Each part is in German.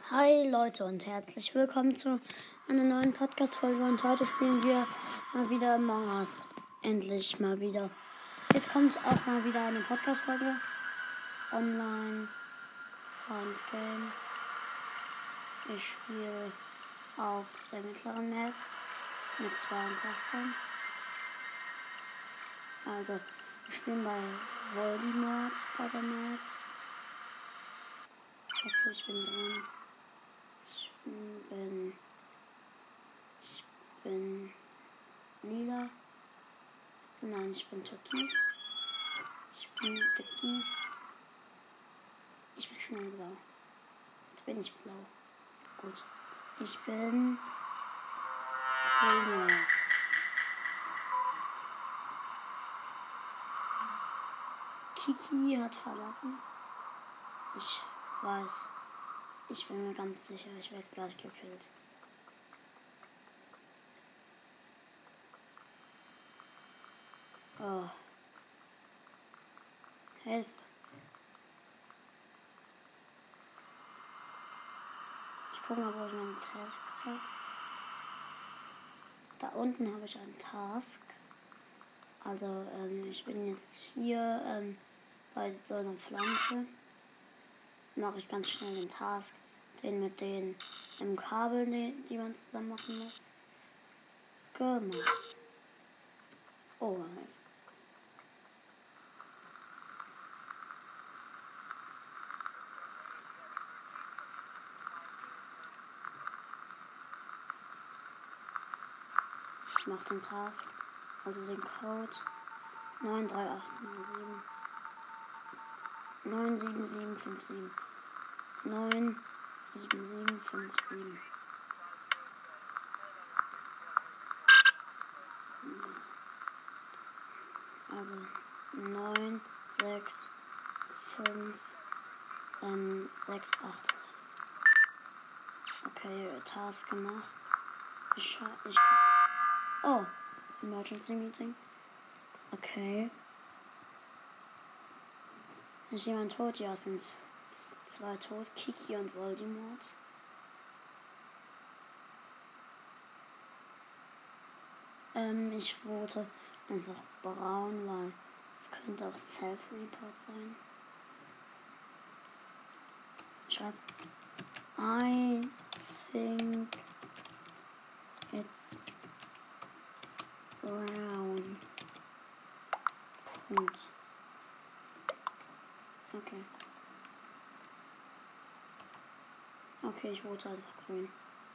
Hi Leute und herzlich willkommen zu einer neuen Podcast-Folge und heute spielen wir mal wieder Among Us. Endlich mal wieder. Jetzt kommt auch mal wieder eine Podcast-Folge. Online. Fun Game. Ich spiele auf der mittleren Map mit 2 Impostern. Also, wir spielen bei Voldemort bei der Map. Okay, ich bin drin. Ich bin lila. Nein, ich bin türkis. Ich bin türkis. Ich bin schon blau. Jetzt bin ich blau. Gut. Ich bin grün. Kiki hat verlassen. Ich weiß. Ich bin mir ganz sicher, ich werde gleich gekillt. Oh. Hilfe. Ich gucke mal, wo ich meine Tasks habe. Da unten habe ich einen Task. Also, ich bin jetzt hier bei so einer Pflanze. Mache ich ganz schnell den Task. Den mit den Kabel, die man zusammen machen muss. Gemacht. Oh. Ich mache den Task. Also den Code 93807 97757 97757. Also 9, 6, 5, 6, 8. Okay, Task gemacht. Oh, Emergency Meeting. Okay. Ist jemand tot? Ja, es sind 2 tot. Kiki und Voldemort. Ich vote einfach braun, weil es könnte auch Self-Report sein. Schreib I think it's brown. Punkt. Okay. Okay, ich vote einfach grün.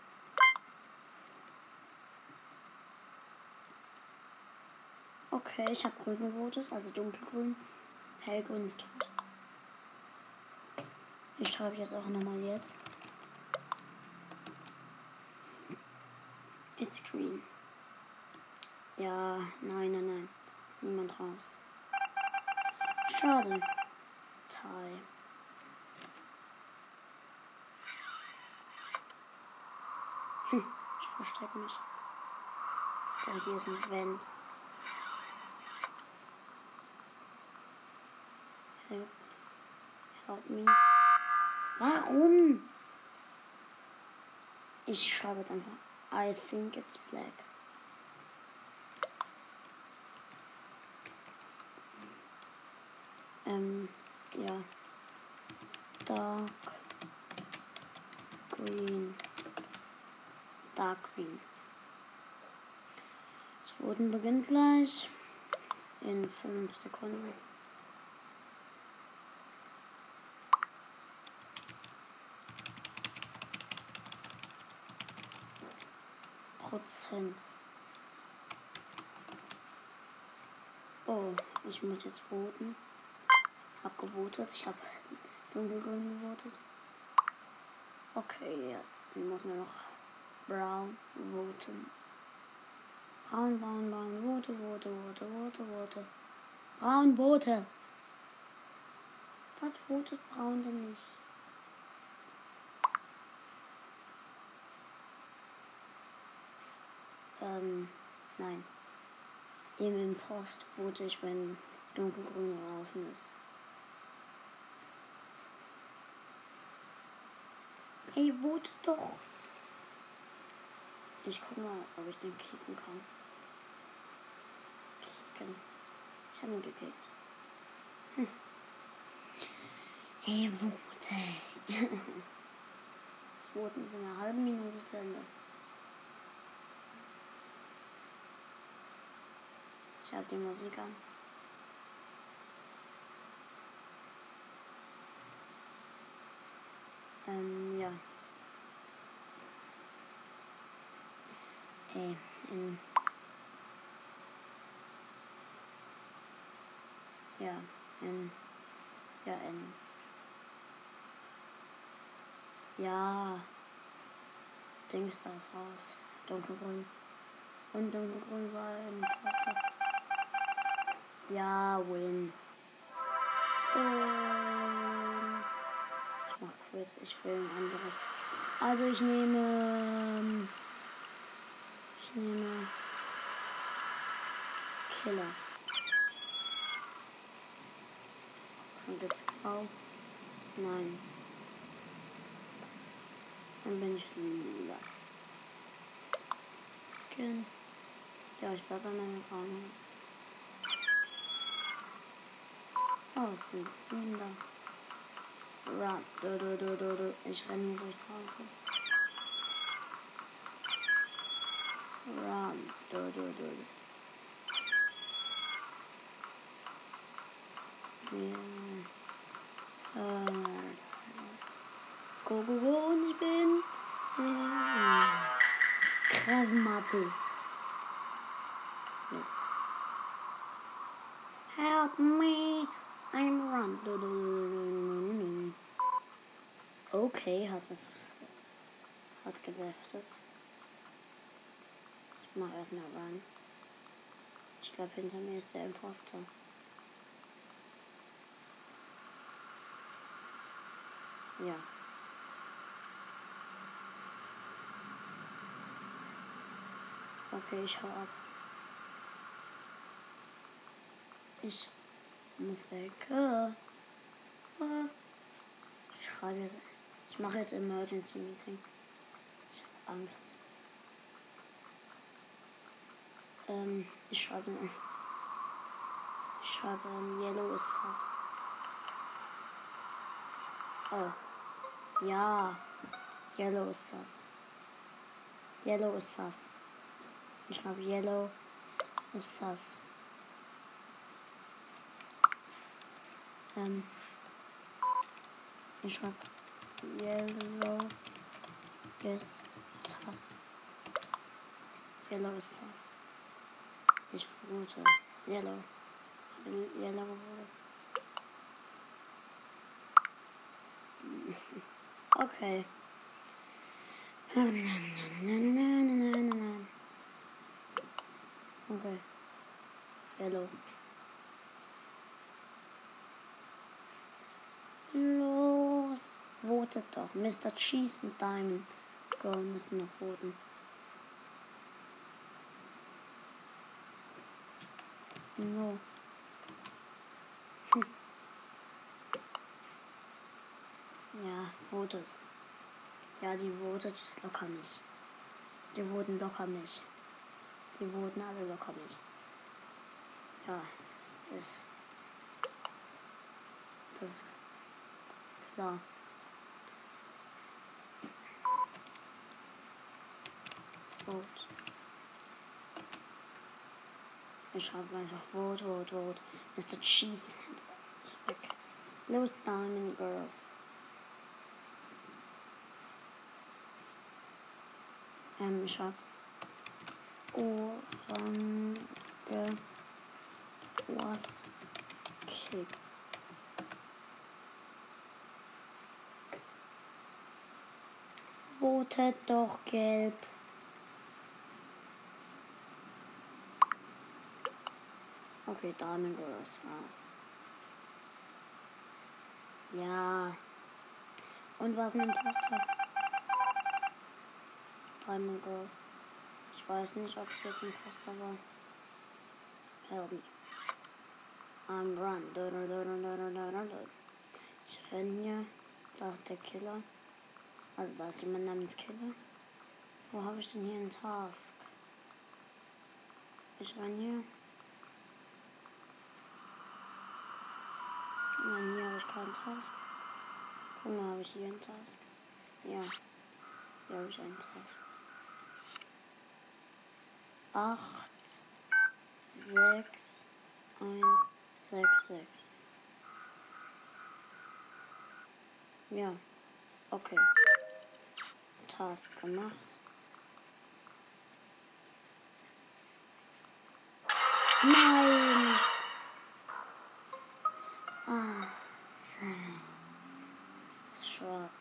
Okay, ich habe grün gewotet, also dunkelgrün. Hellgrün ist tot. Ich schreibe jetzt auch nochmal jetzt. It's green. Ja, nein. Niemand raus. Schade. Tie. Ich verstecke mich. Oh, hier ist ein Vent. Help me. Warum? Ich schreibe jetzt einfach. I think it's black. Ja. Dark green. Dark green. Das Voten beginnt gleich. In 5 Sekunden. Prozent. Oh, ich muss jetzt voten. Hab gewotet. Ich habe dunkelgrün gewotet. Okay, jetzt muss nur noch brown voten. Braun, vote. Braun, vote. Was votet braun denn nicht? Nein. Im Post vote ich, wenn dunkelgrün draußen ist. Hey, vote doch. Ich guck mal, ob ich den kicken kann. Kicken. Ich habe ihn gekickt. Hey, vote. Das Voten ist in einer halben Minute zu Ende. Ich habe die Musik an. Ja. Hey, Ja. Dings da ist raus. Dunkelgrün. Und dunkelgrün war ein Poster. Ja, win. Ich mach Quit. Ich will ein anderes. Also ich nehme Killer. Schon gibt's Grau. Nein. Dann bin ich lila. Skin. Ja, ich bleib bei meiner Grauen. Oh, es sind 7 da. Run. Du. Ich renne hier durchs Haus. Run. Du. Go. Und ich bin Krav Maga. Mist. Help me. I'm run. Okay, hat geleftet. Ich mach erstmal rein. Ich glaube, hinter mir ist der Imposter. Ja. Okay, ich hau ab. Ich muss weg. Ich schreibe jetzt. Ich mache jetzt Emergency Meeting. Ich habe Angst. Ich schreibe Yellow ist das. Oh. Ja. Yellow ist das. Ich schreibe Yellow ist das. Ich schreibe Yellow ist das. Yellow ist das. Ich vote Yellow. Yellow wurde. Okay. Okay. Yellow. Los. Votet doch. Mr. Cheese mit Diamond Girl müssen noch voten. No. Ja, votet. Ja, die votet ist locker nicht. Die voten locker nicht. Die voten alle locker nicht. Ja, das ist klar. Vote. Ich schreibe einfach Vote. Mr. Cheese ist weg. Los, Diamond Girl. Ich schreibe Orange was kick. Votet doch gelb. Okay, Diamond Girl ist raus. Ja. Und was ein Imposter? Diamond Girl. Ich weiß nicht, ob es jetzt ein Imposter war. Help me. I'm run. Ich renn hier. Da ist der Killer. Also da ist jemand namens Killer. Wo habe ich denn hier einen Task? Ich rein hier. Nein, hier habe ich keinen Task. Guck mal, habe ich hier einen Task? Ja, hier habe ich einen Task. 8, 6, 1, 6, 6. Ja, okay. Task gemacht. Nein! Ah, das ist schwarz.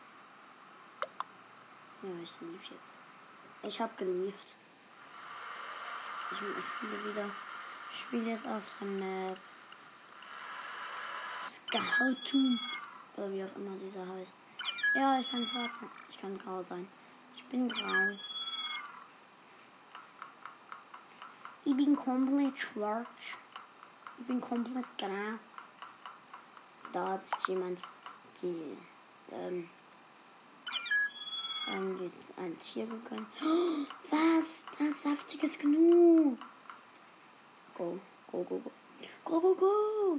Ja, ich lief jetzt. Ich habe gelieft. Ich spiele wieder. Ich spiele jetzt auf der Map. Scoutum. Oder wie auch immer dieser heißt. Ja, ich kann schwarz sein. Ich kann grau sein. Ich bin grau. Ich bin komplett schwarz. Ich bin komplett grau. Da hat sich jemand die ein Tier gegönnt. Oh, was? Das ist saftiges Gnu. Go, go, go, go. Go, go, go.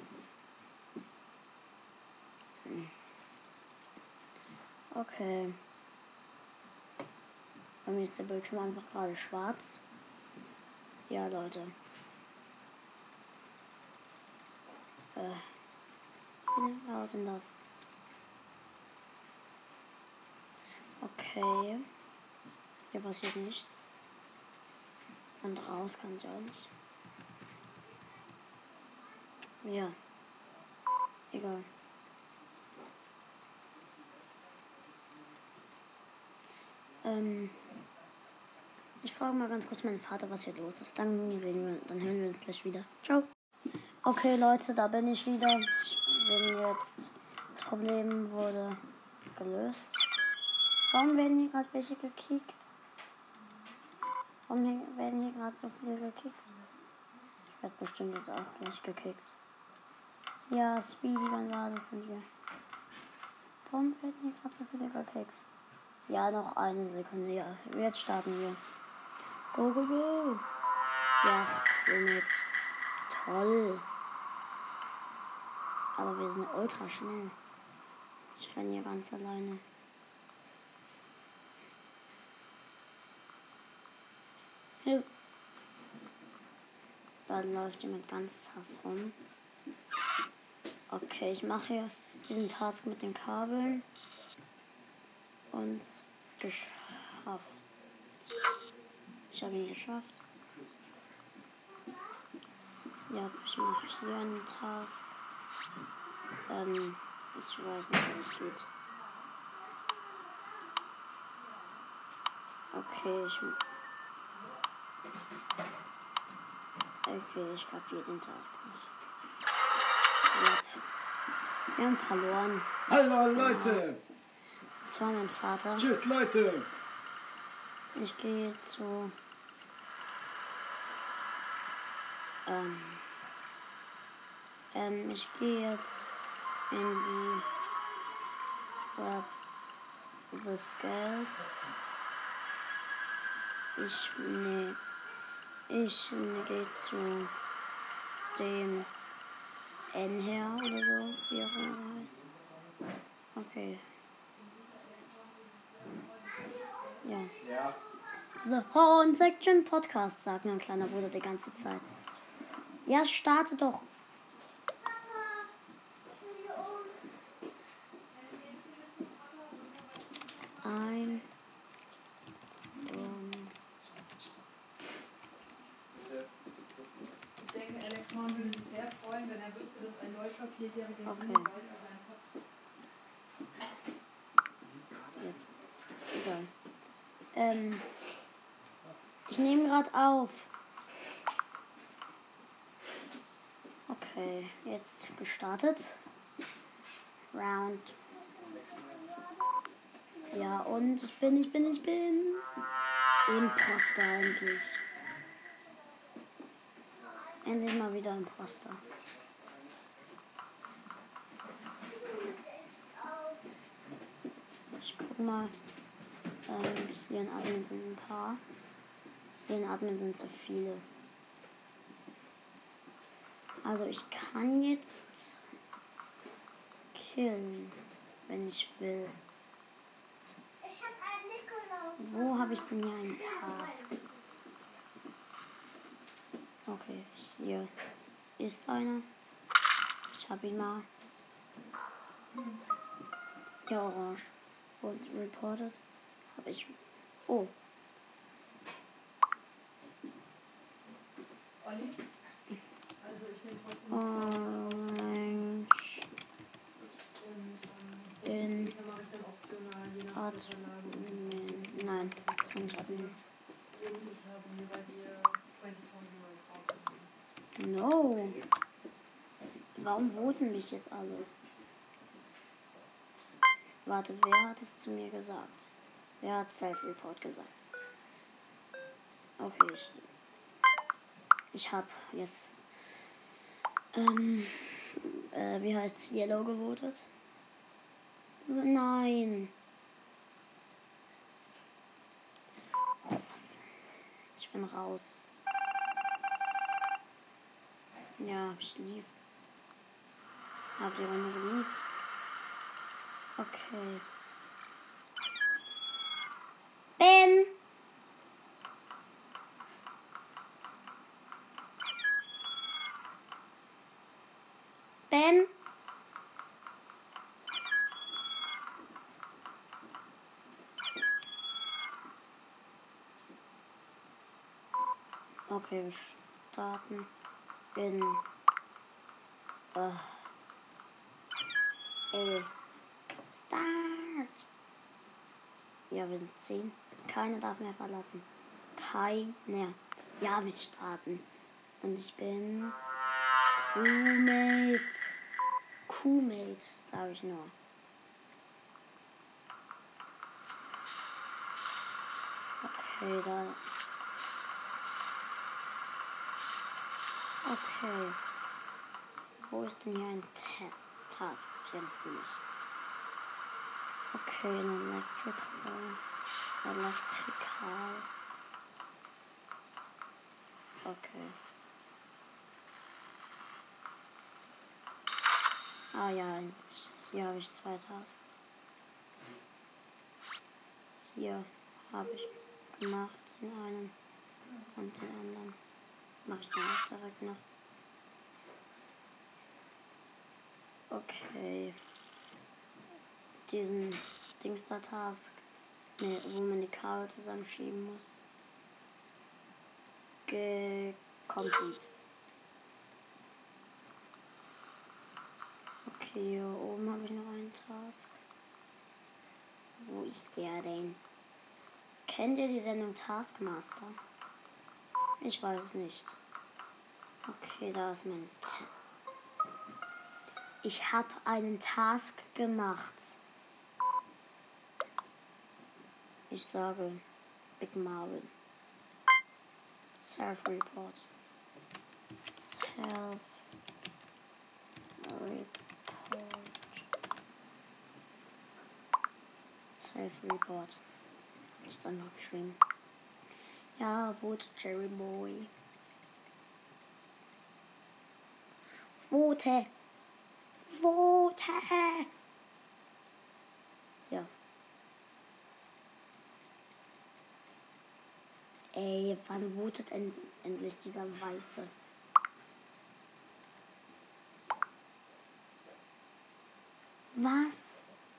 Okay. Bei mir ist der Bildschirm einfach gerade schwarz. Ja, Leute. Wie laut denn das? Okay. Hier passiert nichts. Und raus kann ich auch nicht. Ja. Egal. Ich frage mal ganz kurz meinen Vater, was hier los ist. Dann hören wir uns gleich wieder. Ciao. Okay, Leute, da bin ich wieder. Ich bin jetzt. Das Problem wurde gelöst. Warum werden hier gerade welche gekickt? Warum werden hier gerade so viele gekickt? Ich werde bestimmt jetzt auch gleich gekickt. Ja, Speedy Gonzales sind wir. Warum werden hier gerade so viele gekickt? Ja, noch eine Sekunde. Ja, jetzt starten wir. Go, go, go. Ja, somit. Toll. Aber wir sind ultra schnell. Ich renne hier ganz alleine. Ja. Da läuft jemand ganz krass rum. Okay, ich mache hier diesen Task mit den Kabeln. Und geschafft. Ich habe ihn geschafft. Ja, ich mache hier einen Task. Ich weiß nicht, wie es geht. Okay, ich kapiere den Task nicht. Ja. Wir haben verloren. Hallo Leute! Das war mein Vater. Tschüss Leute! Ich gehe zu ich gehe jetzt in die das Geld. Ich gehe zu dem N her oder so, wie auch immer das heißt. Okay. Ja. The Horn Section Podcast, sagt mein kleiner Bruder die ganze Zeit. Ja, starte doch. Ich denke, Alex Horn würde sich sehr freuen, wenn er wüsste, dass ein deutscher Vierjähriger Okay. weiß, was sein Podcast ist. Ja. Egal. Ich nehme gerade auf. Okay, jetzt gestartet. Round. Ja, und ich bin Imposter endlich. Endlich mal wieder Imposter. Ich guck mal. Hier in Admin sind ein paar. Hier in Admin sind so viele. Also ich kann jetzt killen, wenn ich will. Ich hab einen Nikolaus. Wo habe ich denn hier einen Task? Okay, hier ist einer. Ich habe ihn mal. Ja, orange. Und reported. Habe ich. Oh. Olli? Also ich nehme trotzdem Orange. und In dann mache ich dann optional, je nach Admin. Unterlage. Nein, das bin ich Admin. Und ich habe mir bei dir 24 Heroes rausgegeben. No. Warum voten mich jetzt alle? Warte, wer hat es zu mir gesagt? Wer hat Self-Report gesagt? Okay, ich habe jetzt wie heißt Yellow gewotet? Nein. Oh, was? Ich bin raus. Ja, hab ich lief. Hab die Runde geliebt. Okay. Ben! Ben! Okay, wir starten in Start. Ja, wir sind 10. Keiner darf mehr verlassen. Keiner. Ja, wir starten. Und ich bin Crewmate. Crewmate, sage ich nur. Okay, da. Okay. Wo ist denn hier ein Taskchen für mich? Okay, ein Electrical. Okay. Ah ja, endlich. Hier habe ich 2 Tasks. Hier habe ich gemacht den einen und den anderen. Mache ich dann auch direkt noch. Okay. Diesen Dingster-Task, wo man die Kabel zusammenschieben muss. Complete. Okay, hier oben habe ich noch einen Task. Wo ist der denn? Kennt ihr die Sendung Taskmaster? Ich weiß es nicht. Okay, da ist mein Ich habe einen Task gemacht. Ich sage Big Marvin. Self-Report. Self-Report. Self-Report. Ist einfach geschrieben. Ja, vote Jerry Boy. Vote. Vote. Ja. Ey, wann votet endlich dieser Weiße? Was?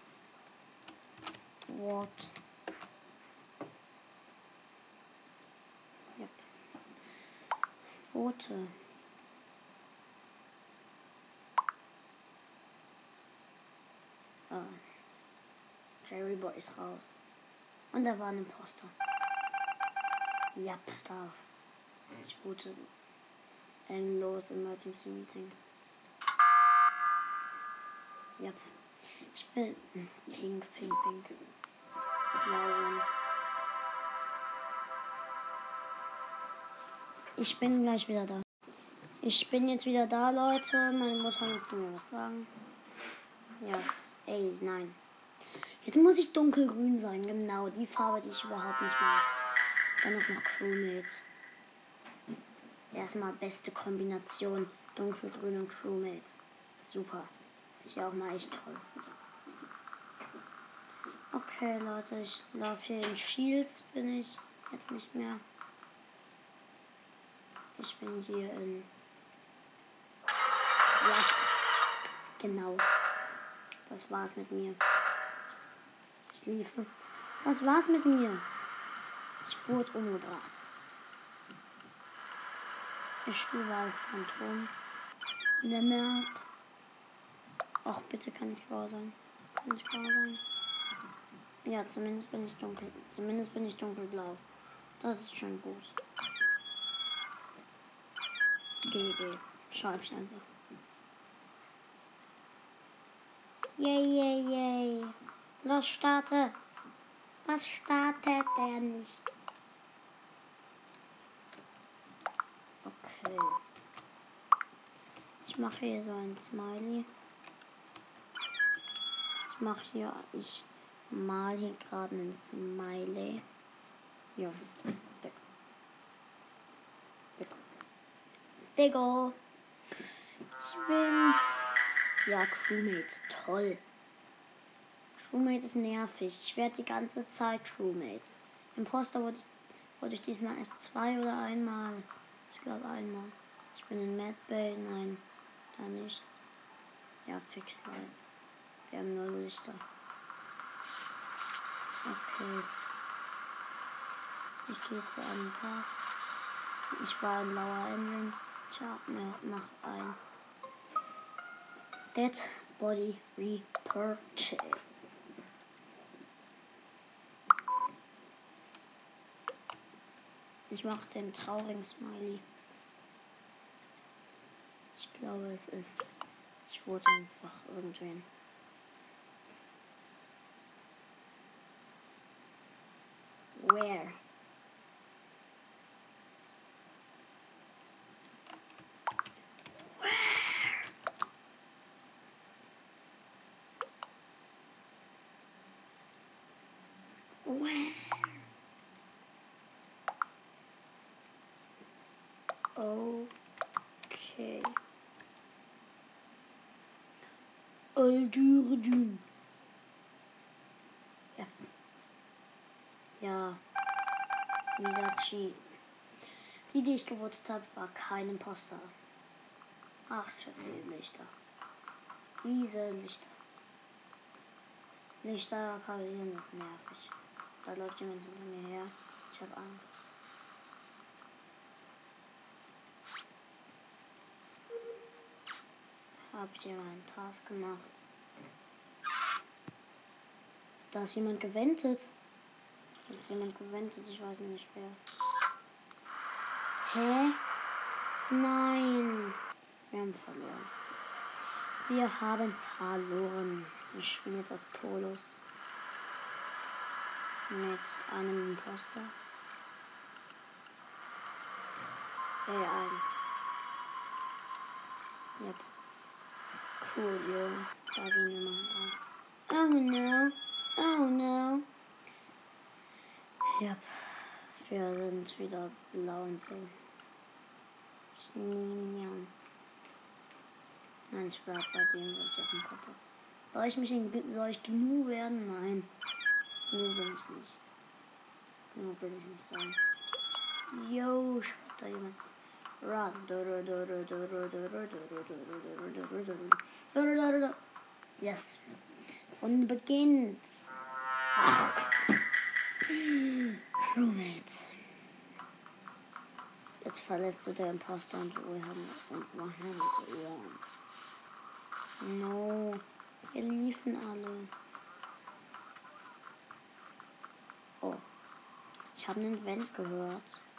What? Yep. Vote. Ah. Jerry Boy ist raus. Und da war ein Imposter. Ja, da. Ich vote los Emergency Meeting. Ja. Ich bin pink. Blau. Ich bin gleich wieder da. Ich bin jetzt wieder da, Leute. Meine Mutter musste mir was sagen. Ja. Ey, nein. Jetzt muss ich dunkelgrün sein. Genau, die Farbe, die ich überhaupt nicht mag. Dann noch Crewmates. Erstmal beste Kombination. Dunkelgrün und Crewmates. Super. Ist ja auch mal echt toll. Okay, Leute, ich laufe hier in Shields, bin ich jetzt nicht mehr. Ich bin hier in... Ja, genau. Das war's mit mir. Ich liefe. Das war's mit mir. Ich wurde umgebracht. Ich spiele als Phantom in der Map. Ach, bitte kann ich grau sein. Kann ich grau sein? Ja, zumindest bin ich dunkel. Zumindest bin ich dunkelblau. Das ist schon gut. GG. Schreib ich einfach. Yay, yay, yay. Los, starte. Was startet der nicht? Okay. Ich mache hier so ein Smiley. Ich mal hier gerade einen Smiley. Ja, weg. Weg. Digga. Ich bin... Ja, Crewmate. Toll. Crewmate ist nervig. Ich werde die ganze Zeit Crewmate. Imposter wurde ich diesmal erst 2 oder einmal. Ich glaube einmal. Ich bin in Mad Bay. Nein, da nichts. Ja, Fix Lights. Wir haben nur Lichter. Okay. Ich gehe zu einem Tag. Ich war in Lower Ending. Ich mach ein Dead Body Reported. Ich mache den traurigen Smiley. Ich glaube, es ist. Ich wurde einfach irgendwen. Where? Where? Okay. Aldürden. Ja. Ja. Misachi. Die ich gewusst habe, war kein Imposter. Ach, shit, die Lichter. Diese Lichter. Lichter parieren ist nervig. Da läuft jemand hinter mir her. Ich habe Angst. Hab ich hier einen Task gemacht. Da ist jemand gewendet. Ich weiß nicht wer. Hä? Nein. Wir haben verloren. Ich spiele jetzt auf Polos. Mit einem Imposter. A1. Yep. Cool, yo. Da gehen wir mal rein. Oh no. Oh no. Yep. Wir sind wieder blau und so. Ich nehme ja. Nein, ich bleib bei dem, was ich auf dem Kopf habe. Soll ich genug werden? Nein. Genug will ich nicht. Genug will ich nicht sein. Yo, schreibt da jemand. Yes. Und beginnt. Ach. Crewmate. Jetzt verlässt du der Imposter und wir haben gewonnen. No. Wir liefen alle. Oh. Ich habe einen Vent gehört.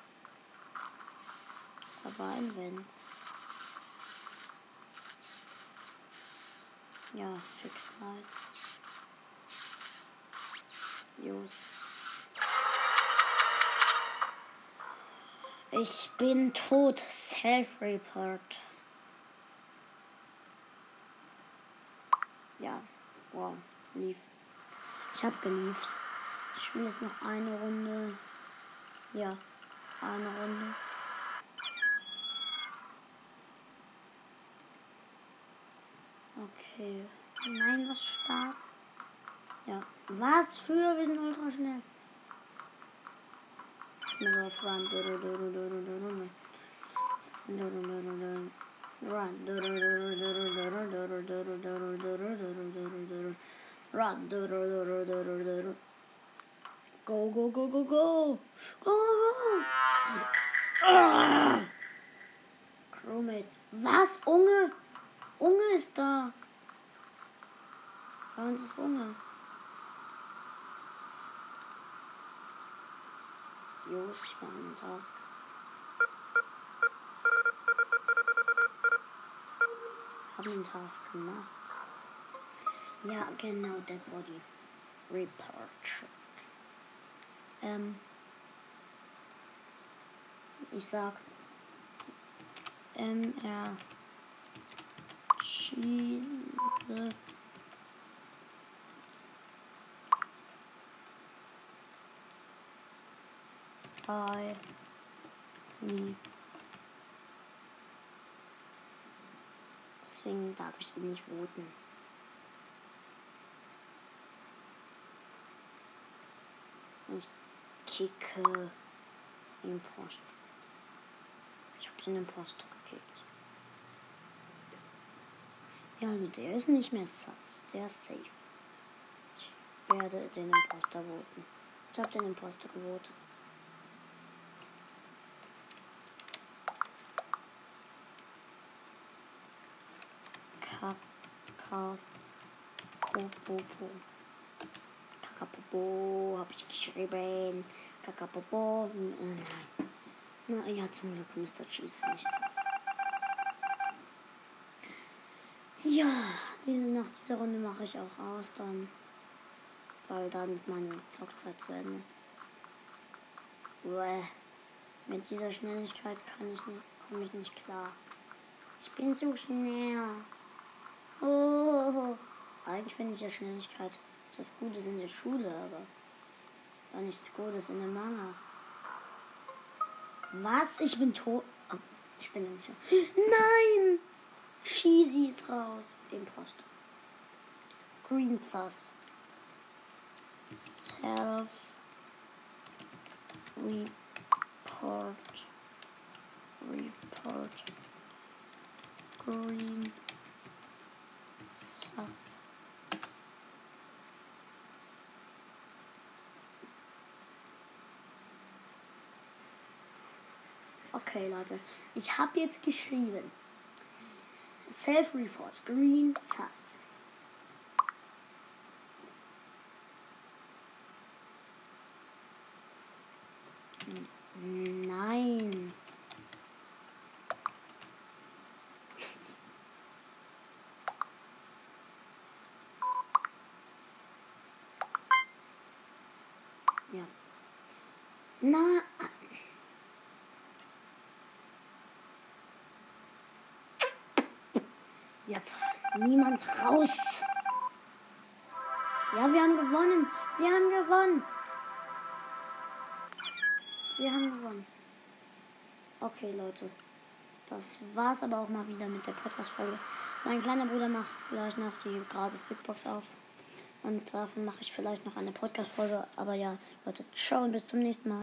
Da war ein Vent. Ja, Fix Lights. Jos. Ich bin tot. Self-Report. Ja, wow, lief. Ich habe geliefert. Ich spiele jetzt noch eine Runde. Ja, eine Runde. Okay. Nein, was stark. Ja. Was für? Wir sind ultra schnell. Jetzt mal drauf run. Run. Go, go, go, go, go. Go, go. Crewmate. Was? Unge? Unge ist da. Bei uns ist Unge. Jungs, ich mache einen Task. Haben einen Task gemacht. Ja, genau, Dead Body. Report. Ich sag MR Schieße bei mir. Deswegen darf ich ihn nicht voten. Ich kicke Imposter. Ich habe den Imposter gekickt. Ja, also der ist nicht mehr sus. Der ist safe. Ich werde den Imposter voten. Ich habe den Imposter gewotet. Kakapopo habe ich geschrieben. Kakapopo. Nein. Na ja, zum Glück Mr. Cheese ist nicht sus. Ja, nach dieser Runde mache ich auch aus dann. Weil dann ist meine Zockzeit zu Ende. Uäh. Mit dieser Schnelligkeit komme ich nicht klar. Ich bin zu schnell. Oh. Eigentlich finde ich ja Schnelligkeit ist was Gutes in der Schule, aber war nichts Gutes in den Mangas. Was? Ich bin tot. Oh, ich bin nicht. Nein! Cheesy ist raus. Imposter. Green Sus. Self. Report. Green Sus. Okay, Leute. Ich habe jetzt geschrieben. Self-Report. Green Sus. Nein. Ja. Na. Ja, niemand raus. Ja, wir haben gewonnen. Wir haben gewonnen. Okay, Leute. Das war's aber auch mal wieder mit der Podcast-Folge. Mein kleiner Bruder macht gleich noch die gratis Big Box auf. Und davon mache ich vielleicht noch eine Podcast-Folge. Aber ja, Leute, ciao und bis zum nächsten Mal.